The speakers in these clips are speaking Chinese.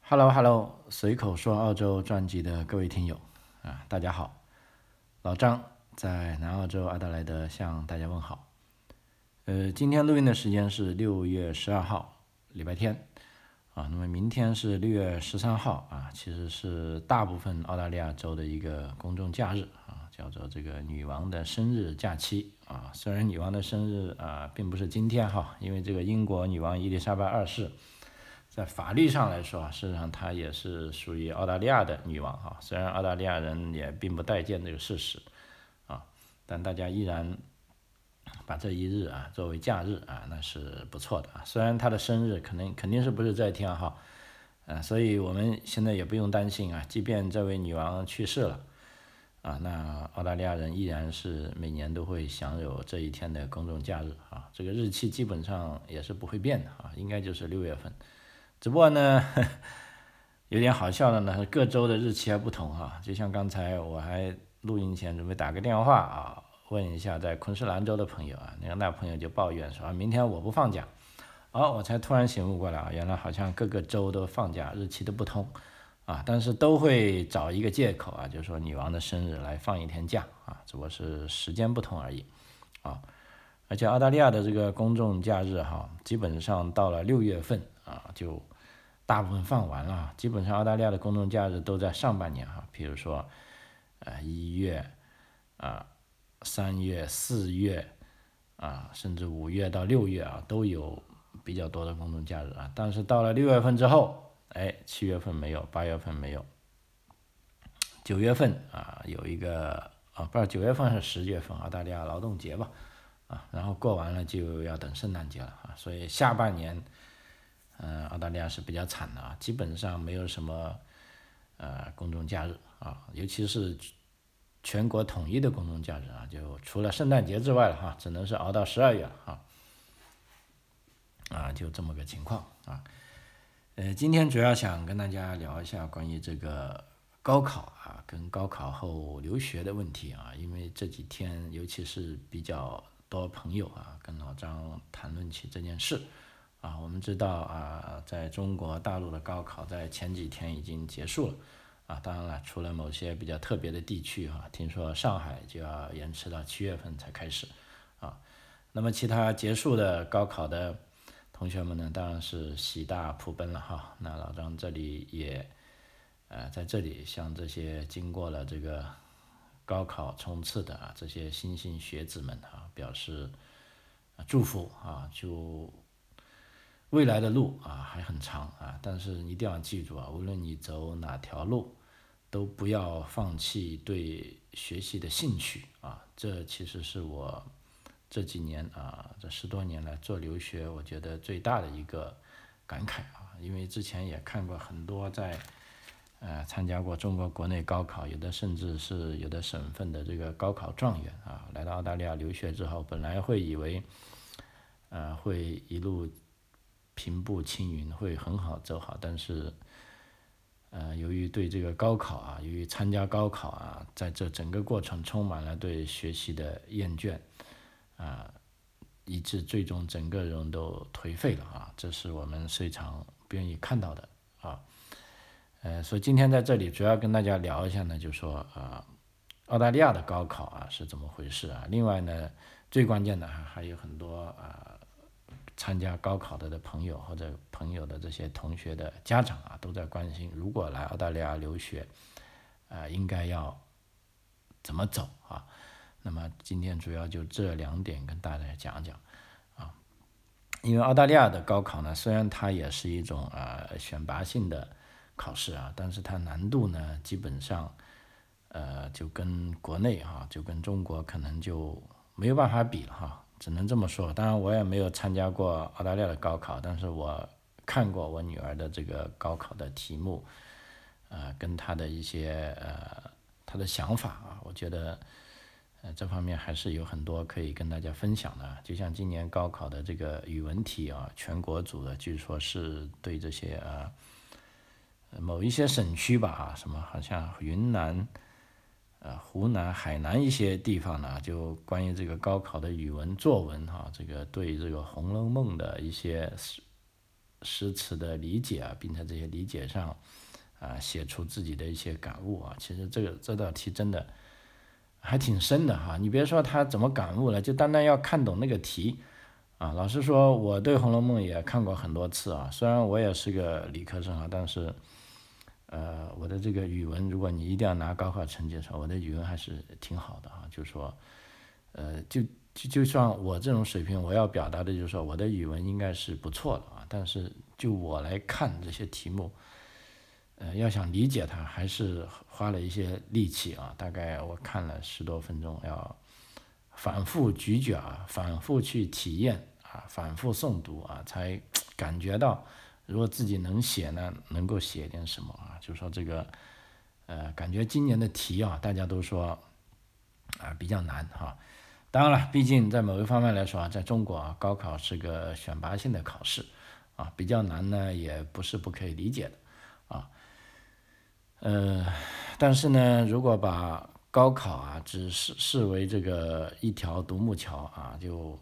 Hello Hello，随口说澳洲专辑的各位听友大家好，老张在南澳洲阿德莱德向大家问好。今天录音的时间是6月12号，礼拜天那么明天是6月13号其实是大部分澳大利亚州的一个公众假日叫做这个女王的生日假期虽然女王的生日并不是今天因为这个英国女王伊丽莎白二世。在法律上来说事实上她也是属于澳大利亚的女王虽然澳大利亚人也并不待见这个事实但大家依然把这一日作为假日那是不错的虽然她的生日肯定是不是这一天所以我们现在也不用担心即便这位女王去世了那澳大利亚人依然是每年都会享有这一天的公众假日这个日期基本上也是不会变的应该就是6月份。只不过呢，有点好笑的呢，各州的日期还不同就像刚才我还录音前准备打个电话问一下在昆士兰州的朋友那朋友就抱怨说明天我不放假。我才突然醒悟过来原来好像各个州都放假日期都不同但是都会找一个借口就是说女王的生日来放一天假只不过是时间不同而已而且澳大利亚的这个公众假日基本上到了6月份就大部分放完了基本上澳大利亚的公众假日都在上半年比如说1月3月4月甚至5月到6月都有比较多的公众假日但是到了6月份之后7月份没有，8月份没有，9月份有一个不知道9月份还是10月份澳大利亚劳动节吧然后过完了就要等圣诞节了所以下半年澳大利亚是比较惨的基本上没有什么公众假日尤其是全国统一的公众假日就除了圣诞节之外了只能是熬到12月了就这么个情况今天主要想跟大家聊一下关于这个高考跟高考后留学的问题因为这几天尤其是比较多朋友跟老张谈论起这件事我们知道在中国大陆的高考在前几天已经结束了当然了，除了某些比较特别的地区听说上海就要延迟到7月份才开始那么其他结束的高考的同学们呢，当然是喜大普奔了那老张这里也在这里向这些经过了这个高考冲刺的这些新兴学子们表示祝福就未来的路还很长但是一定要记住无论你走哪条路都不要放弃对学习的兴趣这其实是我这几年这10多年来做留学我觉得最大的一个感慨因为之前也看过很多在参加过中国国内高考有的甚至是有的省份的这个高考状元来到澳大利亚留学之后本来会以为会一路平步青云会很好走好但是由于对这个高考由于参加高考在这整个过程充满了对学习的厌倦以致最终整个人都颓废了这是我们非常不愿意看到的所以今天在这里主要跟大家聊一下呢就是说澳大利亚的高考是怎么回事另外呢最关键的还有很多参加高考的朋友或者朋友的这些同学的家长都在关心如果来澳大利亚留学应该要怎么走那么今天主要就这2点跟大家讲讲因为澳大利亚的高考呢虽然它也是一种选拔性的考试但是它难度呢基本上就跟国内就跟中国可能就没有办法比了只能这么说当然我也没有参加过澳大利亚的高考但是我看过我女儿的这个高考的题目跟她的一些她的想法我觉得这方面还是有很多可以跟大家分享的就像今年高考的这个语文题全国组的据说是对这些某一些省区吧什么好像云南湖南海南一些地方呢就关于这个高考的语文作文这个对这个红楼梦的一些诗词的理解啊，并在这些理解上写出自己的一些感悟啊。其实这道题真的还挺深的哈。你别说他怎么感悟了，就单单要看懂那个题啊。老实说，我对《红楼梦》也看过很多次啊，虽然我也是个理科生啊，但是我的这个语文，如果你一定要拿高考成绩的时候，我的语文还是挺好的啊。就是说，就像我这种水平，我要表达的就是说，我的语文应该是不错的啊。但是就我来看这些题目，要想理解它，还是花了一些力气啊。大概我看了10多分钟，要反复咀嚼啊，反复去体验啊，反复诵读啊，才感觉到，如果自己能写呢，能够写点什么啊。就说这个，感觉今年的题啊，大家都说比较难哈。当然了，毕竟在某一方面来说啊，在中国啊，高考是个选拔性的考试啊，比较难呢，也不是不可以理解的啊。但是呢，如果把高考啊只视为这个一条独木桥啊，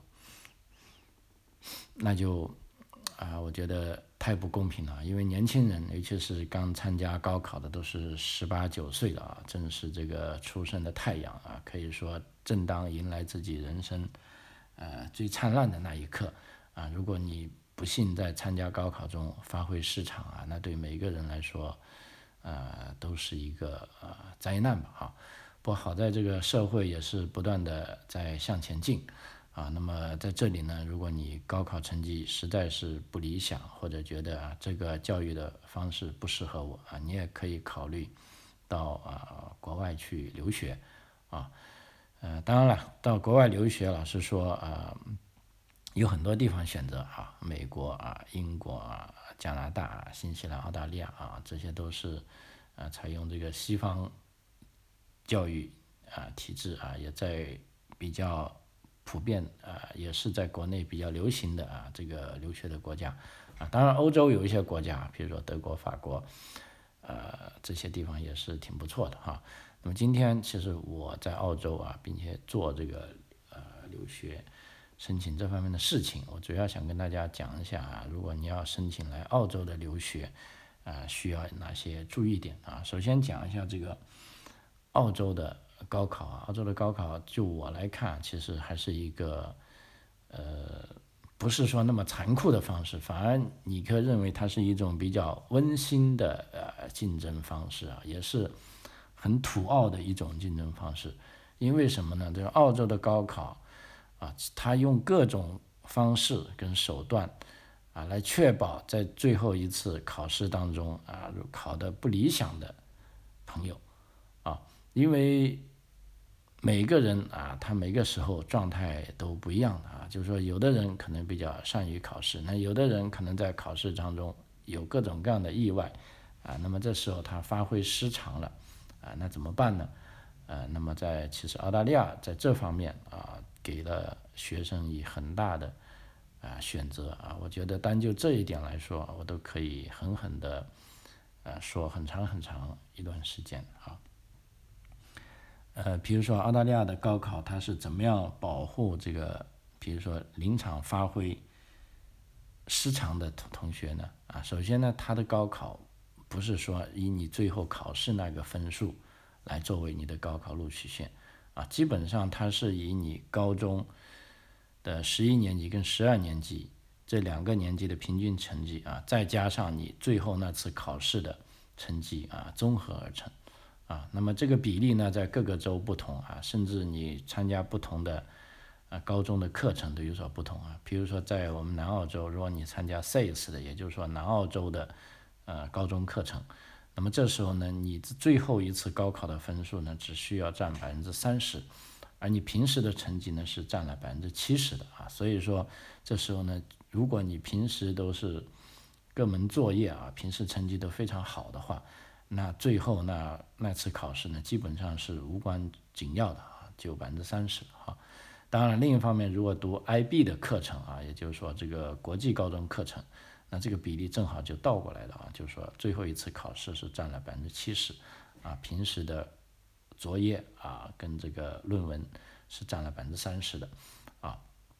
那就我觉得太不公平了。因为年轻人，尤其是刚参加高考的，都是18、19岁的啊，正是这个初升的太阳啊，可以说正当迎来自己人生最灿烂的那一刻啊。如果你不幸在参加高考中发挥失常啊，那对每一个人来说都是一个灾难吧啊。不过好在这个社会也是不断的在向前进啊。那么在这里呢，如果你高考成绩实在是不理想，或者觉得这个教育的方式不适合我啊，你也可以考虑到国外去留学啊。当然了，到国外留学，老实说有很多地方选择啊，美国啊、英国啊、加拿大、新西兰、澳大利亚啊，这些都是采用这个西方教育体制啊，也在比较普遍也是在国内比较流行的这个留学的国家啊。当然，欧洲有一些国家，比如说德国、法国，这些地方也是挺不错的哈。那么今天其实我在澳洲啊，并且做这个留学申请这方面的事情，我主要想跟大家讲一下如果你要申请来澳洲的留学需要哪些注意点啊。首先讲一下这个澳洲的高考啊。澳洲的高考就我来看，其实还是一个不是说那么残酷的方式，反而你可以认为它是一种比较温馨的竞争方式啊，也是很土澳的一种竞争方式。因为什么呢？这个澳洲的高考它用各种方式跟手段来确保在最后一次考试当中考得不理想的朋友因为每个人他每个时候状态都不一样的就是说有的人可能比较善于考试，那有的人可能在考试当中有各种各样的意外那么这时候他发挥失常了那怎么办呢？那么其实澳大利亚在这方面给了学生以很大的选择我觉得单就这一点来说，我都可以狠狠的说很长很长一段时间比如说澳大利亚的高考，它是怎么样保护这个，比如说临场发挥失常的同学呢？首先呢，它的高考不是说以你最后考试那个分数来作为你的高考录取线基本上它是以你高中的11年级跟12年级这2个年级的平均成绩再加上你最后那次考试的成绩综合而成那么这个比例呢，在各个州不同甚至你参加不同的高中的课程都有所不同比如说在我们南澳洲，如果你参加 SAYS 的，也就是说南澳洲的高中课程，那么这时候呢，你最后一次高考的分数呢，只需要占30%，而你平时的成绩呢是占了70%的所以说这时候呢，如果你平时都是各门作业平时成绩都非常好的话，那最后那次考试呢，基本上是无关紧要的就30%当然，另一方面，如果读 IB 的课程也就是说这个国际高中课程，那这个比例正好就倒过来了就是说最后一次考试是占了70%平时的作业跟这个论文是占了30%的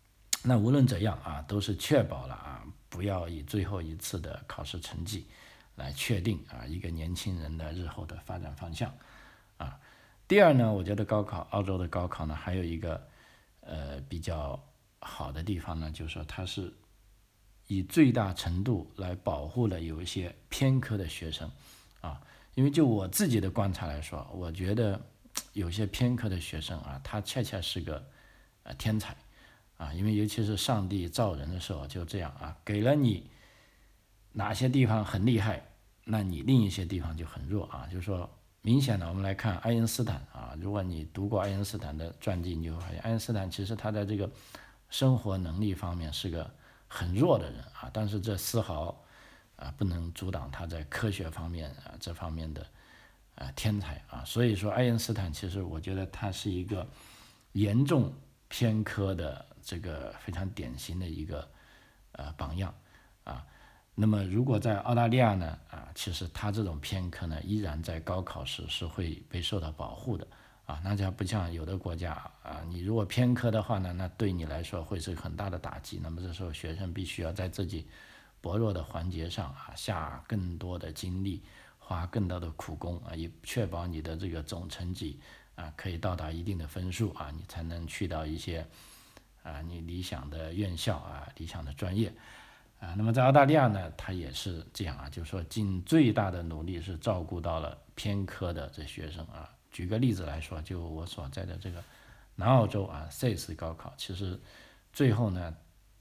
那无论怎样啊，都是确保了啊，不要以最后一次的考试成绩来确定啊一个年轻人的日后的发展方向啊。第二呢，我觉得澳洲的高考呢，还有一个比较好的地方呢，就是说它是以最大程度来保护了有一些偏科的学生啊。因为就我自己的观察来说，我觉得有些偏科的学生啊，他恰恰是个天才啊。因为尤其是上帝造人的时候就这样啊，给了你哪些地方很厉害，那你另一些地方就很弱啊。就是说，明显的我们来看爱因斯坦啊，如果你读过爱因斯坦的传记，你就会发现爱因斯坦其实他在这个生活能力方面是个很弱的人啊，但是这丝毫不能阻挡他在科学方面这方面的天才啊。所以说爱因斯坦其实我觉得他是一个严重偏科的这个非常典型的一个榜样啊。那么如果在澳大利亚呢其实他这种偏科呢依然在高考时是会被受到保护的啊。那就不像有的国家啊，你如果偏科的话呢，那对你来说会是很大的打击。那么这时候学生必须要在自己薄弱的环节上下更多的精力，花更多的苦功以确保你的这个总成绩可以到达一定的分数你才能去到一些你理想的院校理想的专业那么在澳大利亚呢，它也是这样就是说尽最大的努力是照顾到了偏科的这学生举个例子来说，就我所在的这个南澳洲SAYS 高考，其实最后呢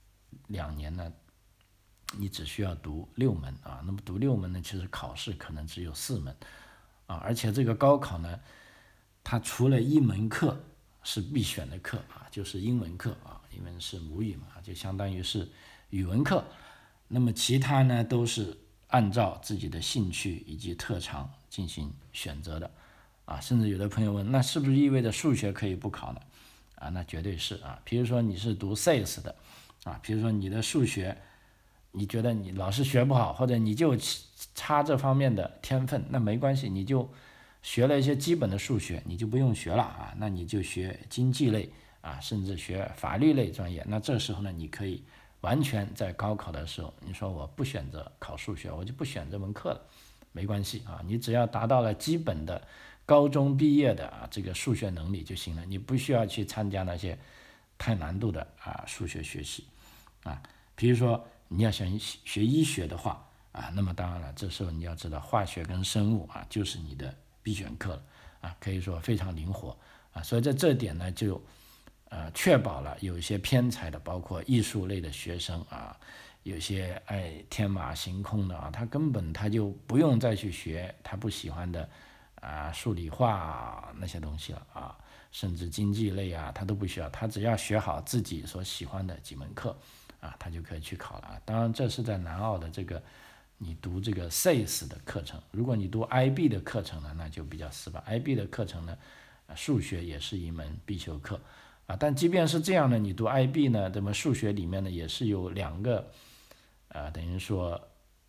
2年呢，你只需要读6门那么读6门呢，其实考试可能只有4门而且这个高考呢，它除了一门课是必选的课就是英文课因为是母语嘛，就相当于是语文课。那么其他呢都是按照自己的兴趣以及特长进行选择的甚至有的朋友问，那是不是意味着数学可以不考呢那绝对是比如说你是读 SAYS 的比如说你的数学你觉得你老是学不好，或者你就差这方面的天分，那没关系，你就学了一些基本的数学，你就不用学了那你就学经济类甚至学法律类专业。那这时候呢，你可以完全在高考的时候，你说我不选择考数学，我就不选这门课了，没关系你只要达到了基本的高中毕业的这个数学能力就行了，你不需要去参加那些太难度的数学学习比如说你要想学医学的话那么当然了，这时候你要知道化学跟生物就是你的必选课了可以说非常灵活所以在这点呢就确保了有一些偏才的，包括艺术类的学生有些爱天马行空的他根本他就不用再去学他不喜欢的数理化那些东西了甚至经济类他都不需要，他只要学好自己所喜欢的几门课他就可以去考了当然这是在南澳的这个你读这个 SAYS 的课程。如果你读 IB 的课程呢，那就比较死板。IB 的课程呢数学也是一门必修课但即便是这样呢，你读 IB 呢，那么数学里面呢也是有2个等于说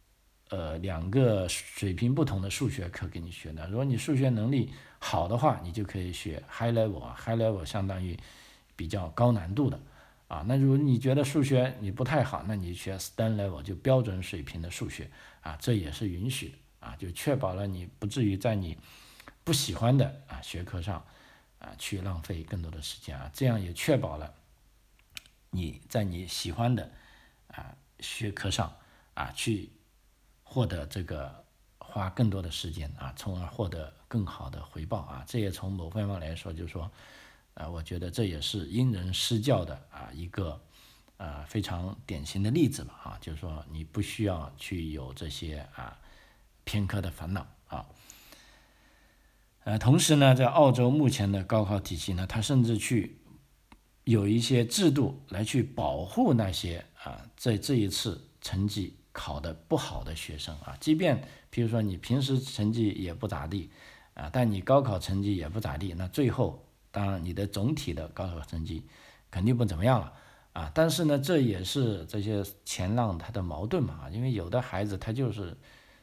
2个水平不同的数学课给你学的。如果你数学能力好的话，你就可以学 high level high level 相当于比较高难度的那如果你觉得数学你不太好，那你学 stand level 就标准水平的数学这也是允许的就确保了你不至于在你不喜欢的学科上去浪费更多的时间这样也确保了你在你喜欢的学科上去获得这个花更多的时间从而获得更好的回报这也从某方面来说，就是说我觉得这也是因人施教的一个非常典型的例子吧就是说你不需要去有这些偏科的烦恼同时呢，在澳洲目前的高考体系呢，它甚至去有一些制度来去保护那些在这一次成绩考得不好的学生即便比如说你平时成绩也不咋地但你高考成绩也不咋地，那最后当然你的总体的高考成绩肯定不怎么样了但是呢，这也是这些前浪他的矛盾嘛因为有的孩子他就是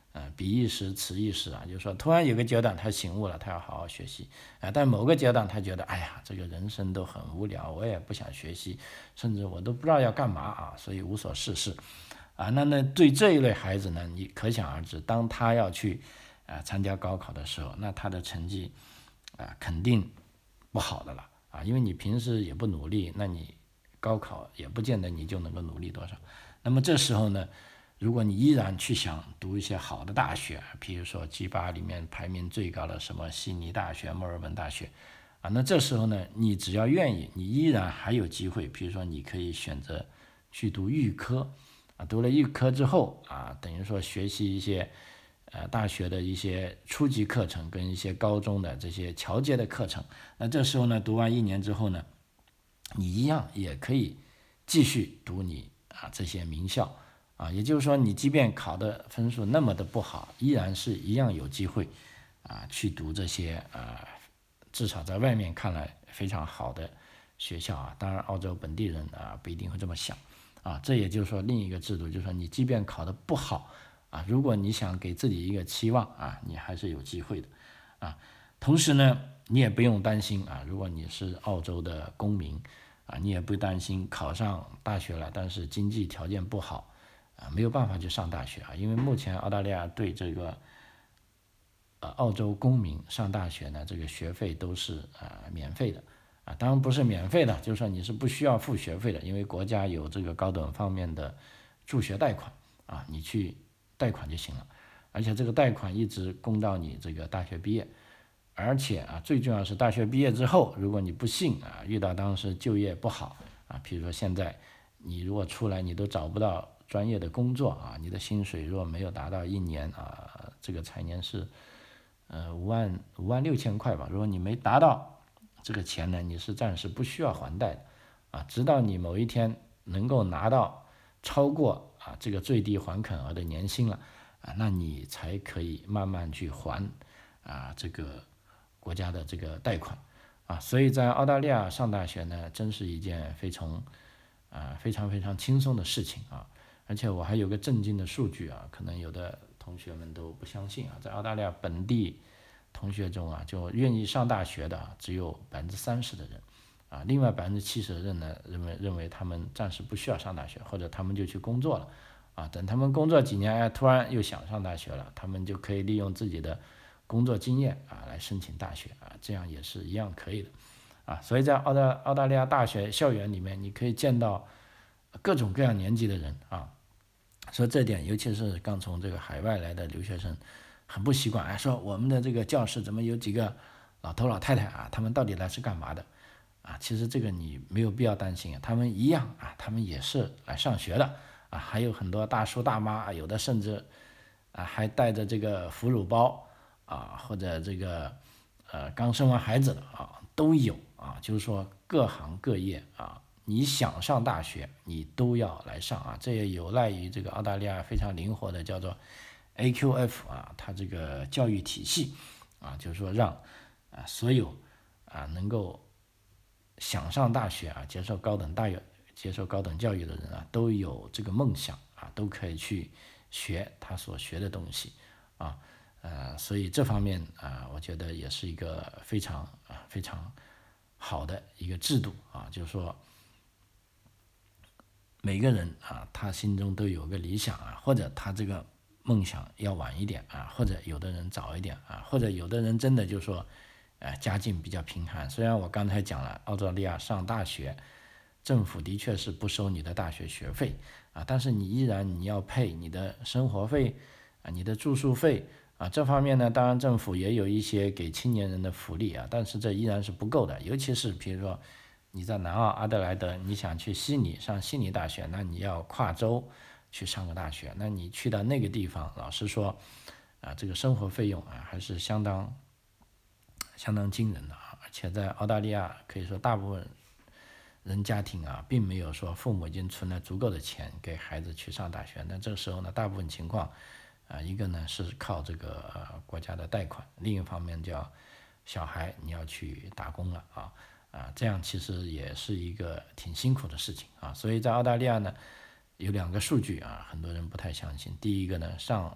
彼一时此一时啊，就是说突然有个阶段他醒悟了，他要好好学习但某个阶段他觉得哎呀这个人生都很无聊，我也不想学习，甚至我都不知道要干嘛所以无所事事那对这一类孩子呢，你可想而知，当他要去参加高考的时候，那他的成绩肯定不好的了因为你平时也不努力，那你高考也不见得你就能够努力多少。那么这时候呢，如果你依然去想读一些好的大学，比如说 G8里面排名最高的什么悉尼大学、墨尔本大学那这时候呢，你只要愿意，你依然还有机会。比如说你可以选择去读预科读了预科之后等于说学习一些大学的一些初级课程跟一些高中的这些桥接的课程。那这时候呢，读完1年之后呢，你一样也可以继续读你这些名校也就是说你即便考的分数那么的不好，依然是一样有机会去读这些至少在外面看来非常好的学校当然澳洲本地人不一定会这么想这也就是说另一个制度，就是说你即便考得不好如果你想给自己一个期望你还是有机会的同时呢，你也不用担心如果你是澳洲的公民你也不担心考上大学了，但是经济条件不好没有办法去上大学因为目前澳大利亚对这个澳洲公民上大学呢，这个学费都是免费的当然不是免费的，就是说你是不需要付学费的，因为国家有这个高等方面的助学贷款你去贷款就行了，而且这个贷款一直供到你这个大学毕业。而且最重要是大学毕业之后，如果你不幸遇到当时就业不好比如说现在你如果出来你都找不到专业的工作你的薪水如果没有达到1年这个财年是56000块吧，如果你没达到这个钱呢，你是暂时不需要还贷的直到你某一天能够拿到超过这个最低还肯额的年薪了那你才可以慢慢去还这个国家的这个贷款所以在澳大利亚上大学呢，真是一件非常非常轻松的事情而且我还有个震惊的数据可能有的同学们都不相信在澳大利亚本地同学中就愿意上大学的只有30%的人另外70%的人呢认为他们暂时不需要上大学，或者他们就去工作了等他们工作几年突然又想上大学了，他们就可以利用自己的工作经验来申请大学这样也是一样可以的所以在澳大利亚大学校园里面，你可以见到各种各样年纪的人所以这点尤其是刚从这个海外来的留学生很不习惯说我们的这个教室怎么有几个老头老太太他们到底来是干嘛的其实这个你没有必要担心他们一样他们也是来上学的还有很多大叔大妈有的甚至还带着这个哺乳包或者这个刚生完孩子的都有就是说各行各业你想上大学你都要来上这也有赖于这个澳大利亚非常灵活的叫做 AQF 它这个教育体系就是说让所有能够想上大学接受高等教育的人都有这个梦想都可以去学他所学的东西所以这方面我觉得也是一个非常非常好的一个制度就是说每个人他心中都有个理想或者他这个梦想要晚一点或者有的人早一点或者有的人真的就说家境比较贫寒。虽然我刚才讲了澳大利亚上大学政府的确是不收你的大学学费但是你依然你要配你的生活费你的住宿费这方面呢，当然政府也有一些给青年人的福利但是这依然是不够的。尤其是比如说你在南澳阿德莱德，你想去悉尼上悉尼大学，那你要跨州去上个大学，那你去到那个地方，老实说这个生活费用还是相当惊人的而且在澳大利亚可以说大部分人家庭并没有说父母已经存了足够的钱给孩子去上大学，那这个时候呢，大部分情况一个呢是靠这个国家的贷款，另一方面叫小孩你要去打工了这样其实也是一个挺辛苦的事情所以在澳大利亚呢有2个数据很多人不太相信。第一个呢，上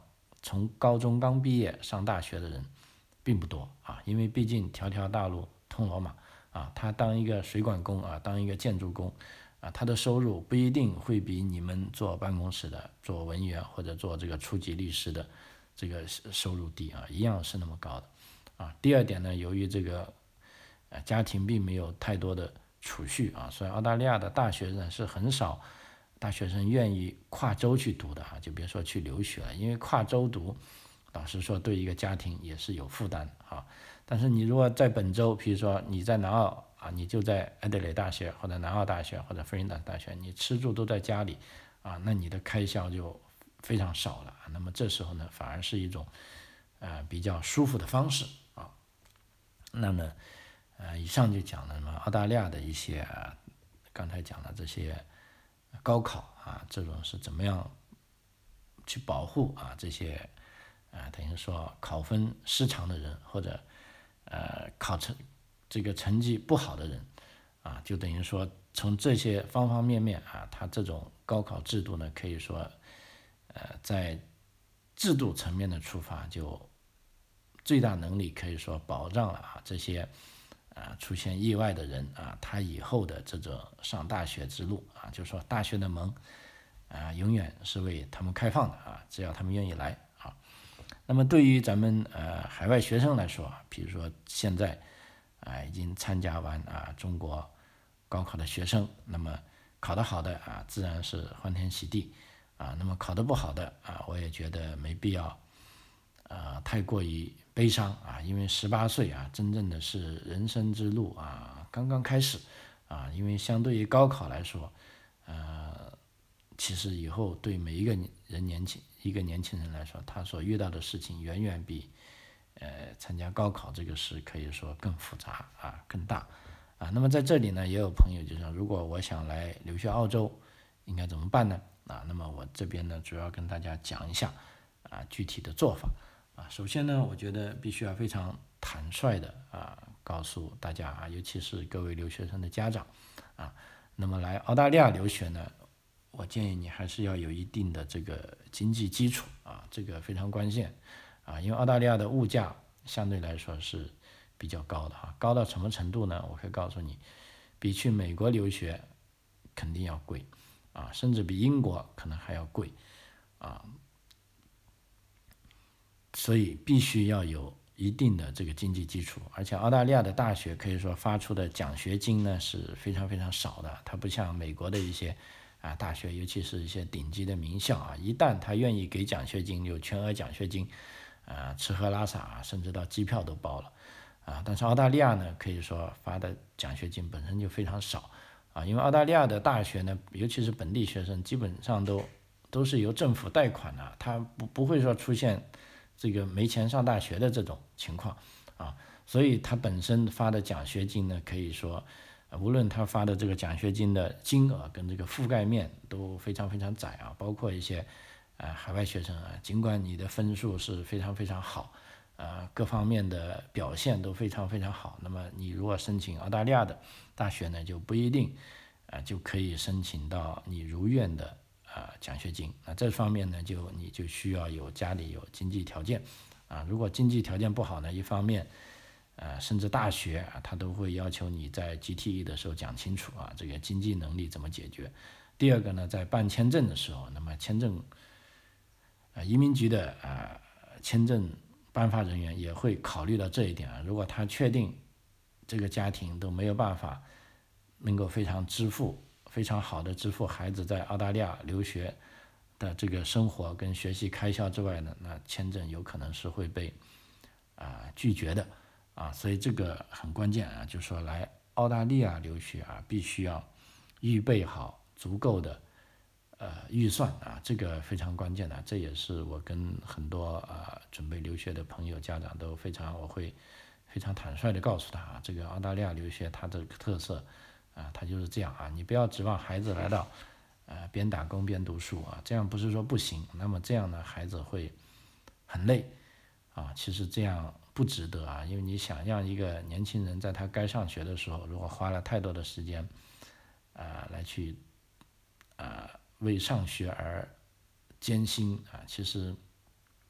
从高中刚毕业上大学的人并不多啊，因为毕竟条条大路通罗马啊，他当一个水管工啊，当一个建筑工啊，他的收入不一定会比你们做办公室的、做文员或者做这个初级律师的这个收入低啊，一样是那么高的啊。第二点呢，由于这个家庭并没有太多的储蓄啊，所以澳大利亚的大学呢是很少大学生愿意跨州去读的啊，就别说去留学了，因为跨州读，老实说对一个家庭也是有负担啊。但是你如果在本州，比如说你在南澳啊，你就在艾德雷大学或者南澳大学或者弗林顿大学，你吃住都在家里啊，那你的开销就非常少了。那么这时候呢，反而是一种比较舒服的方式啊。那么以上就讲了什么澳大利亚的一些刚才讲的这些高考啊，这种是怎么样去保护啊这些等于说考分失常的人或者这个成绩不好的人啊，就等于说从这些方方面面啊，他这种高考制度呢，可以说在制度层面的出发，就最大能力可以说保障了这些出现意外的人啊，他以后的这种上大学之路啊，就是说大学的门永远是为他们开放的啊，只要他们愿意来啊。那么对于咱们海外学生来说，比如说现在已经参加完中国高考的学生，那么考得好的自然是欢天喜地啊，那么考得不好的我也觉得没必要太过于悲伤啊，因为18岁真正的是人生之路刚刚开始因为相对于高考来说，其实以后对每一个年轻人来说，他所遇到的事情远远比参加高考这个事可以说更复杂更大那么在这里呢，也有朋友就说，如果我想来留学澳洲，应该怎么办呢？那么我这边呢，主要跟大家讲一下具体的做法首先呢，我觉得必须要非常坦率的告诉大家尤其是各位留学生的家长那么来澳大利亚留学呢，我建议你还是要有一定的这个经济基础这个非常关键因为澳大利亚的物价相对来说是比较高的高到什么程度呢？我可以告诉你，比去美国留学肯定要贵甚至比英国可能还要贵所以必须要有一定的这个经济基础，而且澳大利亚的大学可以说发出的奖学金呢是非常非常少的，它不像美国的一些大学，尤其是一些顶级的名校一旦他愿意给奖学金，有全额奖学金吃喝拉撒甚至到机票都包了但是澳大利亚呢，可以说发的奖学金本身就非常少因为澳大利亚的大学呢，尤其是本地学生，基本上都是由政府贷款的，它不会说出现这个没钱上大学的这种情况所以它本身发的奖学金呢，可以说无论他发的这个奖学金的金额跟这个覆盖面都非常非常窄包括一些海外学生尽管你的分数是非常非常好各方面的表现都非常非常好，那么你如果申请澳大利亚的大学呢，就不一定就可以申请到你如愿的奖学金这方面呢，你就需要家里有经济条件如果经济条件不好呢，一方面甚至大学他都会要求你在 GTE 的时候讲清楚这个经济能力怎么解决。第二个呢，在办签证的时候，那么签证移民局的签证颁发人员也会考虑到这一点如果他确定这个家庭都没有办法能够非常好的支付孩子在澳大利亚留学的这个生活跟学习开销之外呢，那签证有可能是会被拒绝的所以这个很关键就是说来澳大利亚留学必须要预备好足够的预算这个非常关键的，这也是我跟很多准备留学的朋友家长我会非常坦率的告诉他这个澳大利亚留学它的特色它就是这样你不要指望孩子来到边打工边读书这样不是说不行，那么这样呢孩子会很累其实这样不值得因为你想让一个年轻人在他该上学的时候，如果花了太多的时间来去为上学而艰辛其实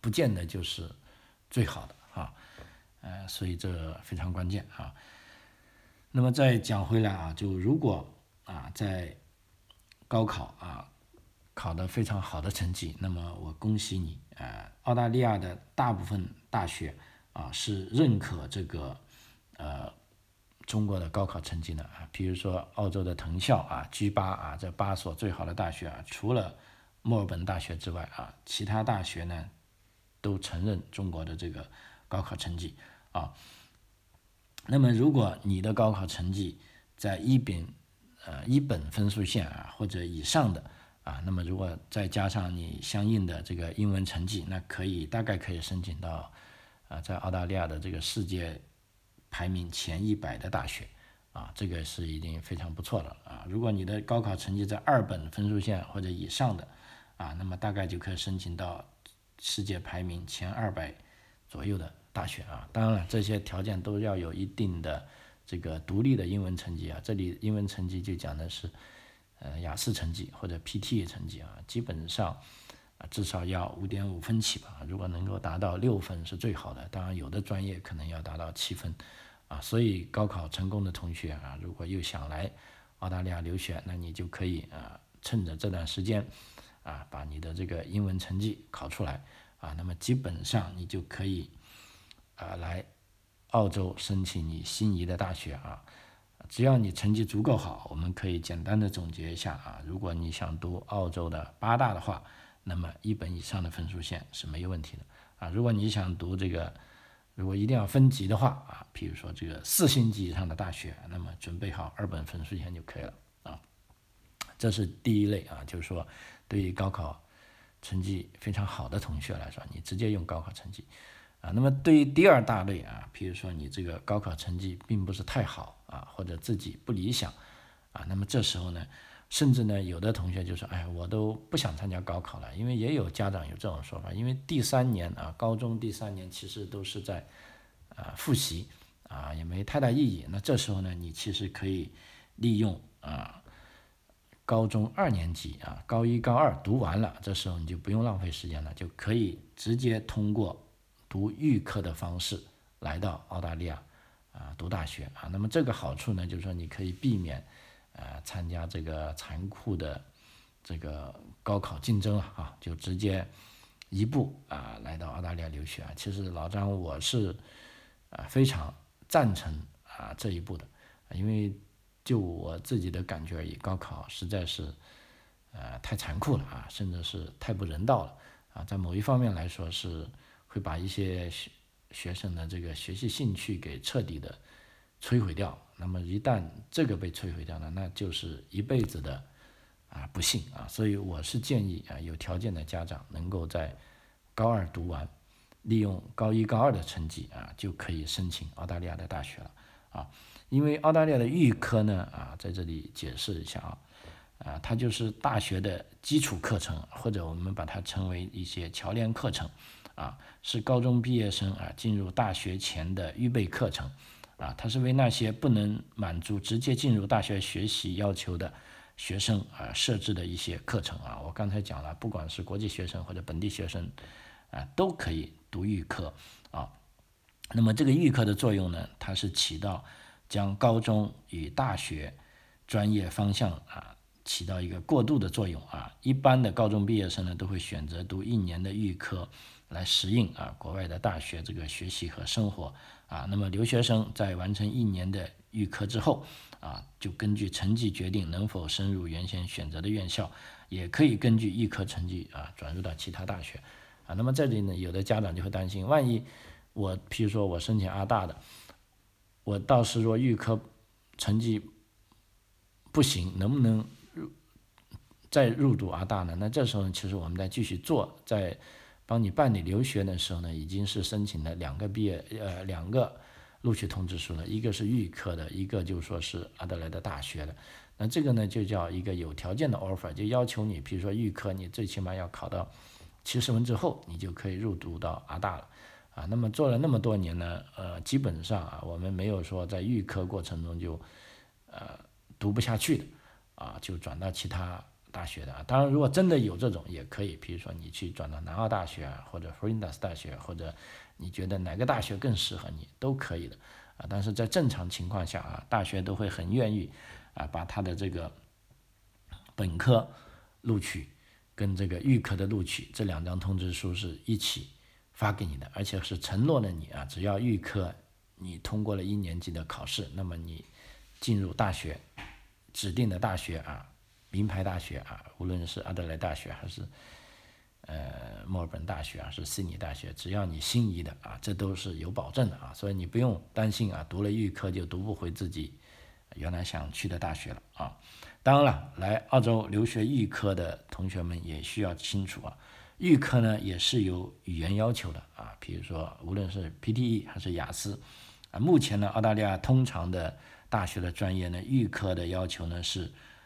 不见得就是最好的啊，所以这非常关键啊。那么再讲回来啊，就如果在高考考得非常好的成绩，那么我恭喜你，澳大利亚的大部分大学是认可这个中国的高考成绩的比如说澳洲的藤校G8这8所最好的大学除了墨尔本大学之外其他大学呢都承认中国的这个高考成绩那么如果你的高考成绩在一本分数线或者以上的那么如果再加上你相应的这个英文成绩，那大概可以申请到在澳大利亚的这个世界排名前100的大学这个是已经非常不错了如果你的高考成绩在2本分数线或者以上的那么大概就可以申请到世界排名前200左右的大学当然了，这些条件都要有一定的这个独立的英文成绩这里英文成绩就讲的是雅思成绩或者 PTE 成绩基本上至少要5.5分起吧，如果能够达到6分是最好的，当然有的专业可能要达到7分所以高考成功的同学如果又想来澳大利亚留学，那你就可以趁着这段时间把你的这个英文成绩考出来那么基本上你就可以来澳洲申请你心仪的大学只要你成绩足够好，我们可以简单的总结一下如果你想读澳洲的8大的话，那么1本以上的分数线是没有问题的如果你想读这个，如果一定要分级的话比如说这个4星级以上的大学，那么准备好2本分数线就可以了这是第一类就是说对于高考成绩非常好的同学来说，你直接用高考成绩那么对于第2大类比如说你这个高考成绩并不是太好或者自己不理想那么这时候呢，甚至呢有的同学就说我都不想参加高考了，因为也有家长有这种说法，因为第3年高中第3年其实都是在复习也没太大意义，那这时候呢你其实可以利用高中2年级高1高2读完了，这时候你就不用浪费时间了，就可以直接通过读预科的方式来到澳大利亚读大学那么这个好处呢，就是说你可以避免参加这个残酷的这个高考竞争就直接一步来到澳大利亚留学其实老张我是非常赞成这一步的因为就我自己的感觉而言，高考实在是太残酷了甚至是太不人道了在某一方面来说是会把一些学生的这个学习兴趣给彻底的摧毁掉，那么一旦这个被摧毁掉了，那就是一辈子的不幸所以我是建议有条件的家长能够在高2读完，利用高1高2的成绩就可以申请澳大利亚的大学了因为澳大利亚的预科呢在这里解释一下它就是大学的基础课程，或者我们把它称为一些桥梁课程是高中毕业生进入大学前的预备课程它是为那些不能满足直接进入大学学习要求的学生设置的一些课程我刚才讲了，不管是国际学生或者本地学生都可以读预科那么这个预科的作用呢，它是起到将高中与大学专业方向起到一个过渡的作用一般的高中毕业生呢都会选择读1年的预科来适应国外的大学这个学习和生活那么留学生在完成1年的预科之后就根据成绩决定能否升入原先选择的院校，也可以根据预科成绩转入到其他大学那么这里呢，有的家长就会担心，万一譬如说我申请阿大的，我到时若预科成绩不行，能不能再入读阿大呢？那这时候其实我们再继续做，在帮你办理留学的时候呢，已经是申请了2个录取通知书了，一个是预科的，一个就说是阿德莱德大学的。那这个呢就叫一个有条件的 offer， 就要求你，比如说预科你最起码要考到70分之后，你就可以入读到阿大了那么做了那么多年呢基本上我们没有说在预科过程中就读不下去的就转到其他大学的啊。当然，如果真的有这种也可以，比如说你去转到南澳大学啊，或者佛罗里达斯大学，或者你觉得哪个大学更适合你，都可以的啊。但是在正常情况下啊，大学都会很愿意啊把他的这个本科录取跟这个预科的录取这2张通知书是一起发给你的，而且是承诺了你啊，只要预科你通过了1年级的考试，那么你进入大学指定的大学啊，名牌大学啊，无论是阿德莱大学还是墨尔本大学啊，是悉尼大学，只要你心仪的啊，这都是有保证的啊，所以你不用担心啊，读了预科就读不回自己原来想去的大学了啊。当然了，来澳洲留学预科的同学们也需要清楚啊，预科呢也是有语言要求的啊，比如说无论是 PTE 还是雅思啊，目前呢澳大利亚通常的大学的专业呢，预科的要求呢是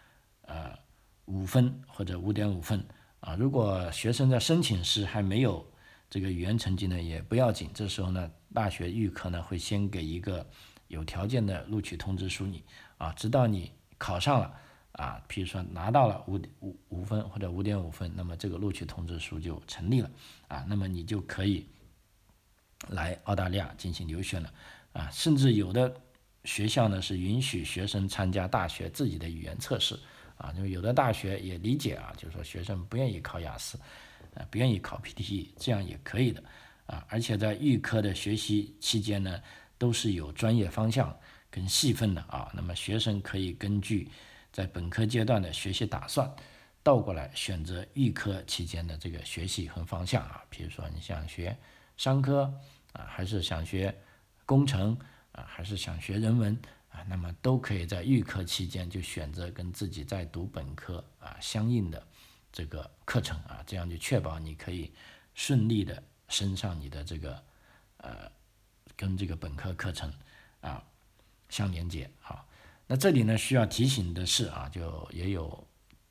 5分或者5.5分啊。如果学生在申请时还没有这个语言成绩呢，也不要紧，这时候呢，大学预科呢会先给一个有条件的录取通知书你啊，直到你考上了啊，比如说拿到了5分或者5.5分，那么这个录取通知书就成立了啊，那么你就可以来澳大利亚进行留学了啊，甚至有的学校呢是允许学生参加大学自己的语言测试啊，因为有的大学也理解啊，就是说学生不愿意考雅思，不愿意考 PTE， 这样也可以的啊。而且在预科的学习期间呢，都是有专业方向跟细分的啊。那么学生可以根据在本科阶段的学习打算，倒过来选择预科期间的这个学习和方向啊。比如说你想学商科啊，还是想学工程啊，还是想学人文啊，那么都可以在预科期间就选择跟自己在读本科啊相应的这个课程啊，这样就确保你可以顺利的升上你的这个跟这个本科课程啊相连接啊。那这里呢需要提醒的是啊，就也有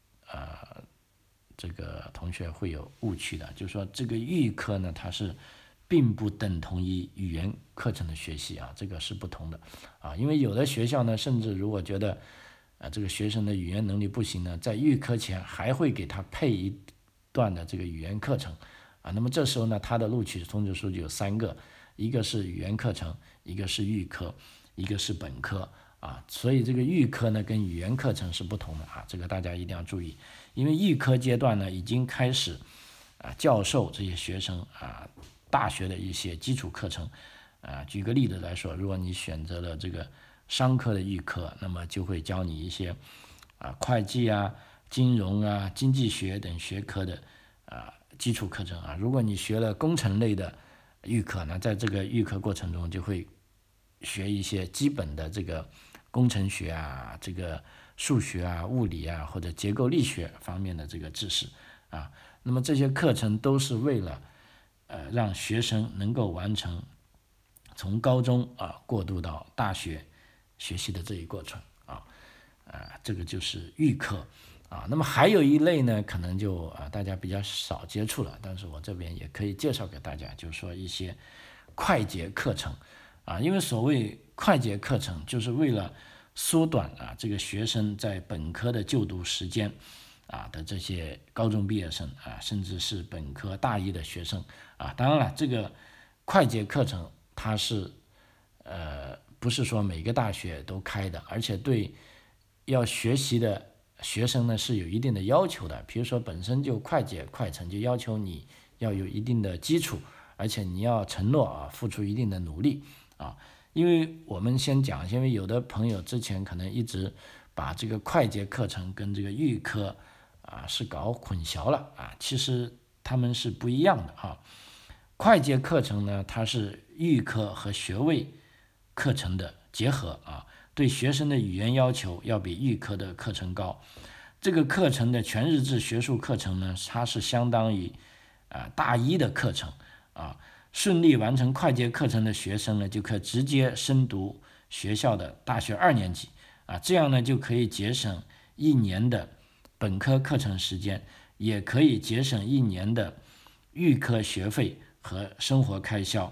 这个同学会有误区的，就是说这个预科呢它是并不等同于语言课程的学习啊，这个是不同的啊。因为有的学校呢，甚至如果觉得这个学生的语言能力不行呢，在预科前还会给他配一段的这个语言课程啊。那么这时候呢，他的录取通知书就有3个，一个是语言课程，一个是预科，一个是本科啊。所以这个预科呢跟语言课程是不同的啊，这个大家一定要注意。因为预科阶段呢已经开始教授这些学生大学的一些基础课程举个例子来说，如果你选择了这个商科的预科，那么就会教你一些会计啊、金融啊、经济学等学科的基础课程啊。如果你学了工程类的预科呢，在这个预科过程中就会学一些基本的这个工程学啊、这个数学啊、物理啊或者结构力学方面的这个知识啊。那么这些课程都是为了让学生能够完成从高中过渡到大学学习的这一过程这个就是预科那么还有一类呢，可能就大家比较少接触了，但是我这边也可以介绍给大家，就是说一些快捷课程因为所谓快捷课程，就是为了缩短这个学生在本科的就读时间的这些高中毕业生甚至是本科大一的学生当然了，这个快捷课程它是不是说每个大学都开的，而且对要学习的学生呢是有一定的要求的。比如说本身就快捷快程就要求你要有一定的基础，而且你要承诺付出一定的努力因为我们先讲，因为有的朋友之前可能一直把这个快捷课程跟这个预科是搞混淆了其实他们是不一样的快捷课程呢，它是预科和学位课程的结合对学生的语言要求要比预科的课程高。这个课程的全日制学术课程呢，它是相当于大一的课程顺利完成快捷课程的学生呢，就可以直接升读学校的大学2年级这样呢就可以节省1年的本科课程时间，也可以节省1年的预科学费和生活开销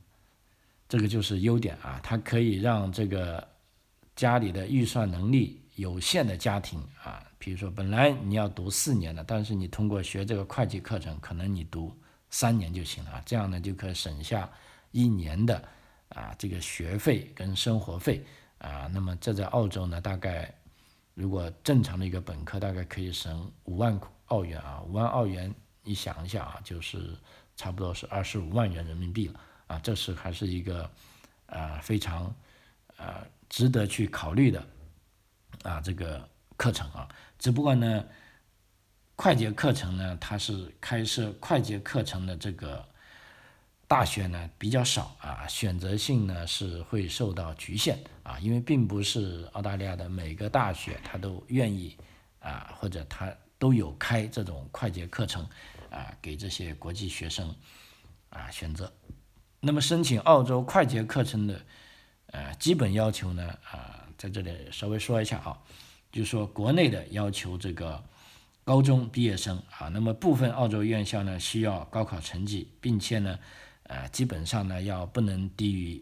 这个就是优点它可以让这个家里的预算能力有限的家庭啊，比如说本来你要读4年的，但是你通过学这个会计课程，可能你读3年就行了，这样呢就可以省下1年的这个学费跟生活费啊。那么这在澳洲呢，大概如果正常的一个本科，大概可以省5万澳元啊，5万澳元，你想一下啊，就是差不多是25万元人民币了啊，这是还是一个非常值得去考虑的这个课程啊。只不过呢，会计课程呢，它是开设会计课程的这个大学呢比较少啊，选择性呢是会受到局限啊，因为并不是澳大利亚的每个大学它都愿意或者它都有开这种会计课程给这些国际学生选择。那么申请澳洲会计课程的基本要求呢在这里稍微说一下啊，就是说国内的要求这个高中毕业生那么部分澳洲院校呢需要高考成绩，并且呢基本上呢要不能低于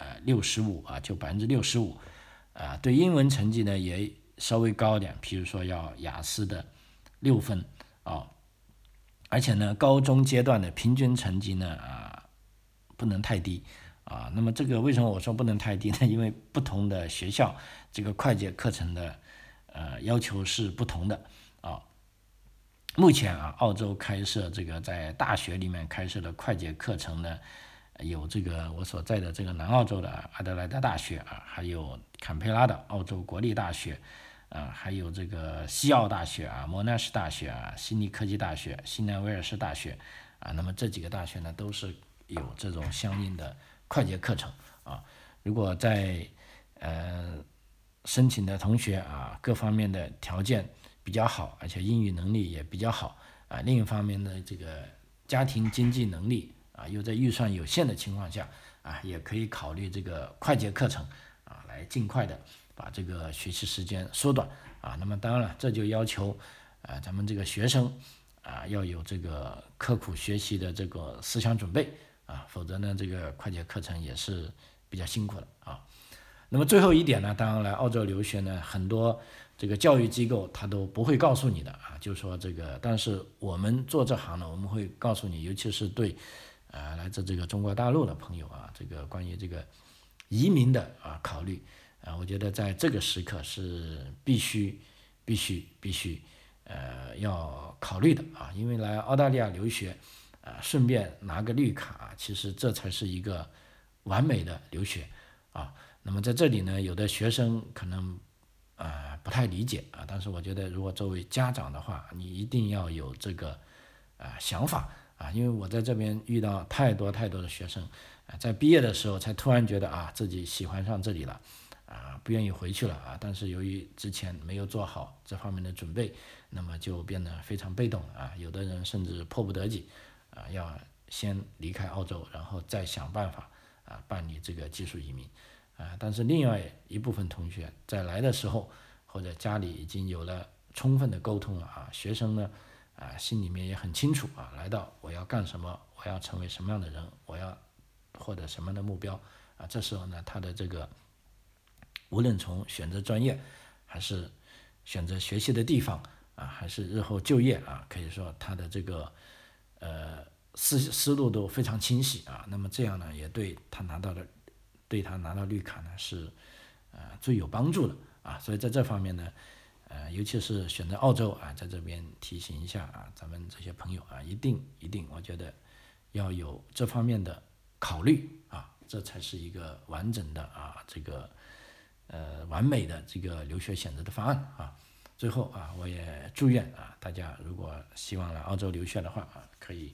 65就65%对英文成绩呢也稍微高一点，比如说要雅思的6分而且呢高中阶段的平均成绩呢不能太低那么这个为什么我说不能太低呢？因为不同的学校这个会计课程的要求是不同的目前澳洲开设这个在大学里面开设的会计课程呢，有这个我所在的这个南澳洲的阿德莱德大学还有坎培拉的澳洲国立大学还有这个西澳大学莫纳什大学悉尼科技大学、新南威尔士大学那么这几个大学呢都是有这种相应的会计课程如果在申请的同学各方面的条件比较好，而且英语能力也比较好另一方面呢这个家庭经济能力又在预算有限的情况下也可以考虑这个会计课程来尽快的把这个学习时间缩短那么当然了，这就要求咱们这个学生要有这个刻苦学习的这个思想准备否则呢这个会计课程也是比较辛苦的那么最后一点呢，当然来澳洲留学呢，很多这个教育机构它都不会告诉你的就是说这个，但是我们做这行呢，我们会告诉你，尤其是对来自这个中国大陆的朋友这个关于这个移民的考虑我觉得在这个时刻是必须要考虑的因为来澳大利亚留学顺便拿个绿卡其实这才是一个完美的留学那么在这里呢，有的学生可能不太理解但是我觉得如果作为家长的话，你一定要有这个想法因为我在这边遇到太多的学生在毕业的时候才突然觉得自己喜欢上这里了不愿意回去了但是由于之前没有做好这方面的准备，那么就变得非常被动有的人甚至迫不得己要先离开澳洲，然后再想办法办理这个技术移民但是另外一部分同学在来的时候，或者家里已经有了充分的沟通了学生呢心里面也很清楚来到我要干什么，我要成为什么样的人，我要获得什么样的目标这时候呢，他的这个无论从选择专业，还是选择学习的地方还是日后就业可以说他的这个思路都非常清晰那么这样呢，也对他拿到绿卡呢是最有帮助的所以在这方面呢尤其是选择澳洲在这边提醒一下咱们这些朋友一定我觉得要有这方面的考虑这才是一个完整的这个完美的这个留学选择的方案最后我也祝愿大家如果希望来澳洲留学的话可以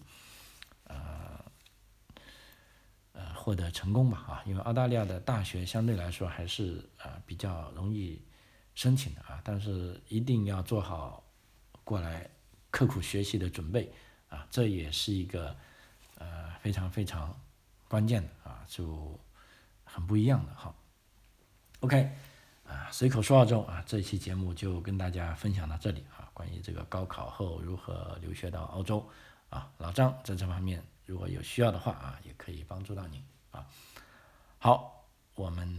获得成功吧因为澳大利亚的大学相对来说还是比较容易申请的但是一定要做好过来刻苦学习的准备这也是一个非常关键的就很不一样的OK 随口说澳洲这一期节目就跟大家分享到这里关于这个高考后如何留学到澳洲老张在这方面如果有需要的话也可以帮助到您好， 我们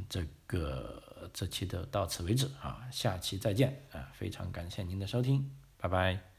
这期的到此为止啊，下期再见啊，非常感谢您的收听，拜拜。